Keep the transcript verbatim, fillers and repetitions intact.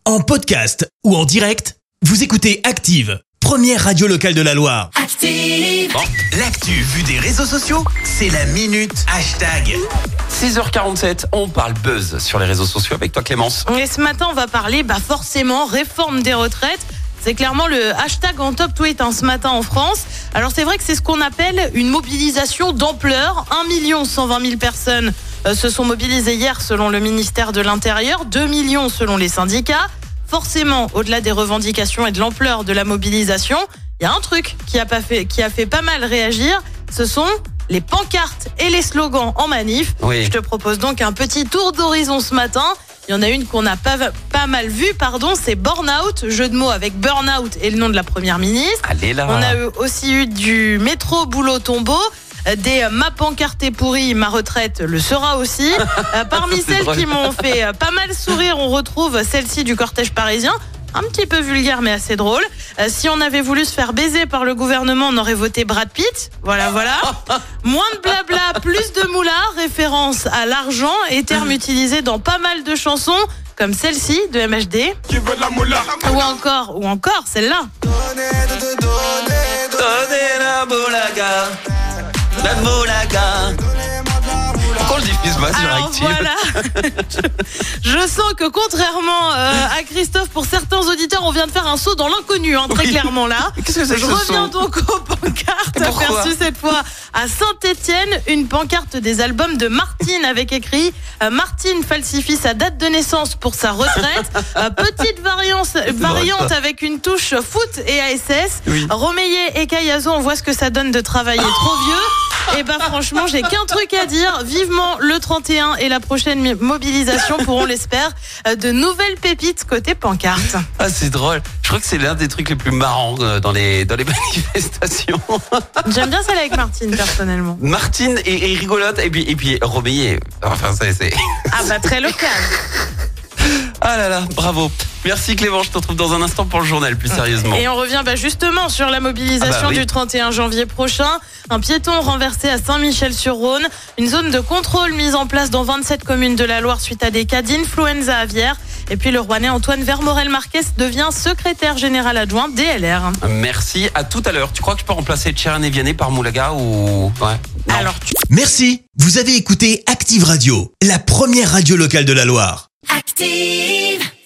En podcast ou en direct, vous écoutez Active, première radio locale de la Loire. Active. Bon, l'actu vue des réseaux sociaux, c'est la minute hashtag. six heures quarante-sept, on parle buzz sur les réseaux sociaux avec toi Clémence. Et ce matin, on va parler bah forcément réforme des retraites. C'est clairement le hashtag en top tweet hein, ce matin en France. Alors c'est vrai que c'est ce qu'on appelle une mobilisation d'ampleur. un million cent vingt mille personnes euh, se sont mobilisées hier selon le ministère de l'Intérieur. deux millions selon les syndicats. Forcément, au-delà des revendications et de l'ampleur de la mobilisation, il y a un truc qui a, pas fait, qui a fait pas mal réagir. Ce sont les pancartes et les slogans en manif. Oui. Je te propose donc un petit tour d'horizon ce matin. Il y en a une qu'on a pas, pas mal vue, pardon, c'est Burn Out, jeu de mots avec Burnout et le nom de la première ministre. Allez là. On a eu, aussi eu du métro boulot tombeau, des ma pancarte est pourrie, ma retraite le sera aussi. euh, parmi celles drôle. qui m'ont fait pas mal sourire, on retrouve celle-ci du cortège parisien. Un petit peu vulgaire mais assez drôle. Euh, si on avait voulu se faire baiser par le gouvernement, on aurait voté Brad Pitt. Voilà, voilà. Moins de blabla, plus de moula. Référence à l'argent et terme utilisé dans pas mal de chansons comme celle-ci de M H D. Tu veux la moula? Ou encore, ou encore celle-là. Donnez, donnez la moulaga, la moulaga. Pourquoi on le diffuse pas sur Alors Active? voilà. je, je sens que contrairement euh, à Christophe, pour certains auditeurs, on vient de faire un saut dans l'inconnu, hein, très oui. clairement là. Qu'est-ce que c'est que Je ce reviens son donc aux pancartes aperçues cette fois à Saint-Étienne, une pancarte des albums de Martine avec écrit euh, Martine falsifie sa date de naissance pour sa retraite. euh, petite variance, variante avec une touche foot et A S S. Oui. Romeyer et Cayazo, on voit ce que ça donne de travailler trop vieux. Et bah franchement, j'ai qu'un truc à dire. Vivement le trente et un et la prochaine mobilisation pour, on l'espère, de nouvelles pépites côté pancarte. Ah, c'est drôle. Je crois que c'est l'un des trucs les plus marrants dans les, dans les manifestations. J'aime bien celle avec Martine, personnellement. Martine est, est rigolote. Et puis, et puis Romeyer. Enfin, ça, c'est... Ah bah, très local. Ah là là, bravo. Merci Clément, je te retrouve dans un instant pour le journal, plus sérieusement. Et on revient bah, justement sur la mobilisation ah bah oui. du trente et un janvier prochain. Un piéton renversé à Saint-Michel-sur-Rhône. Une zone de contrôle mise en place dans vingt-sept communes de la Loire suite à des cas d'influenza aviaire. Et puis le Rouennais Antoine Vermorel-Marquez devient secrétaire général adjoint D L R. Merci, à tout à l'heure. Tu crois que je peux remplacer Tchern et Vianney par Moulaga ou... Ouais. Non. Alors, tu... Merci, vous avez écouté Active Radio, la première radio locale de la Loire. Active.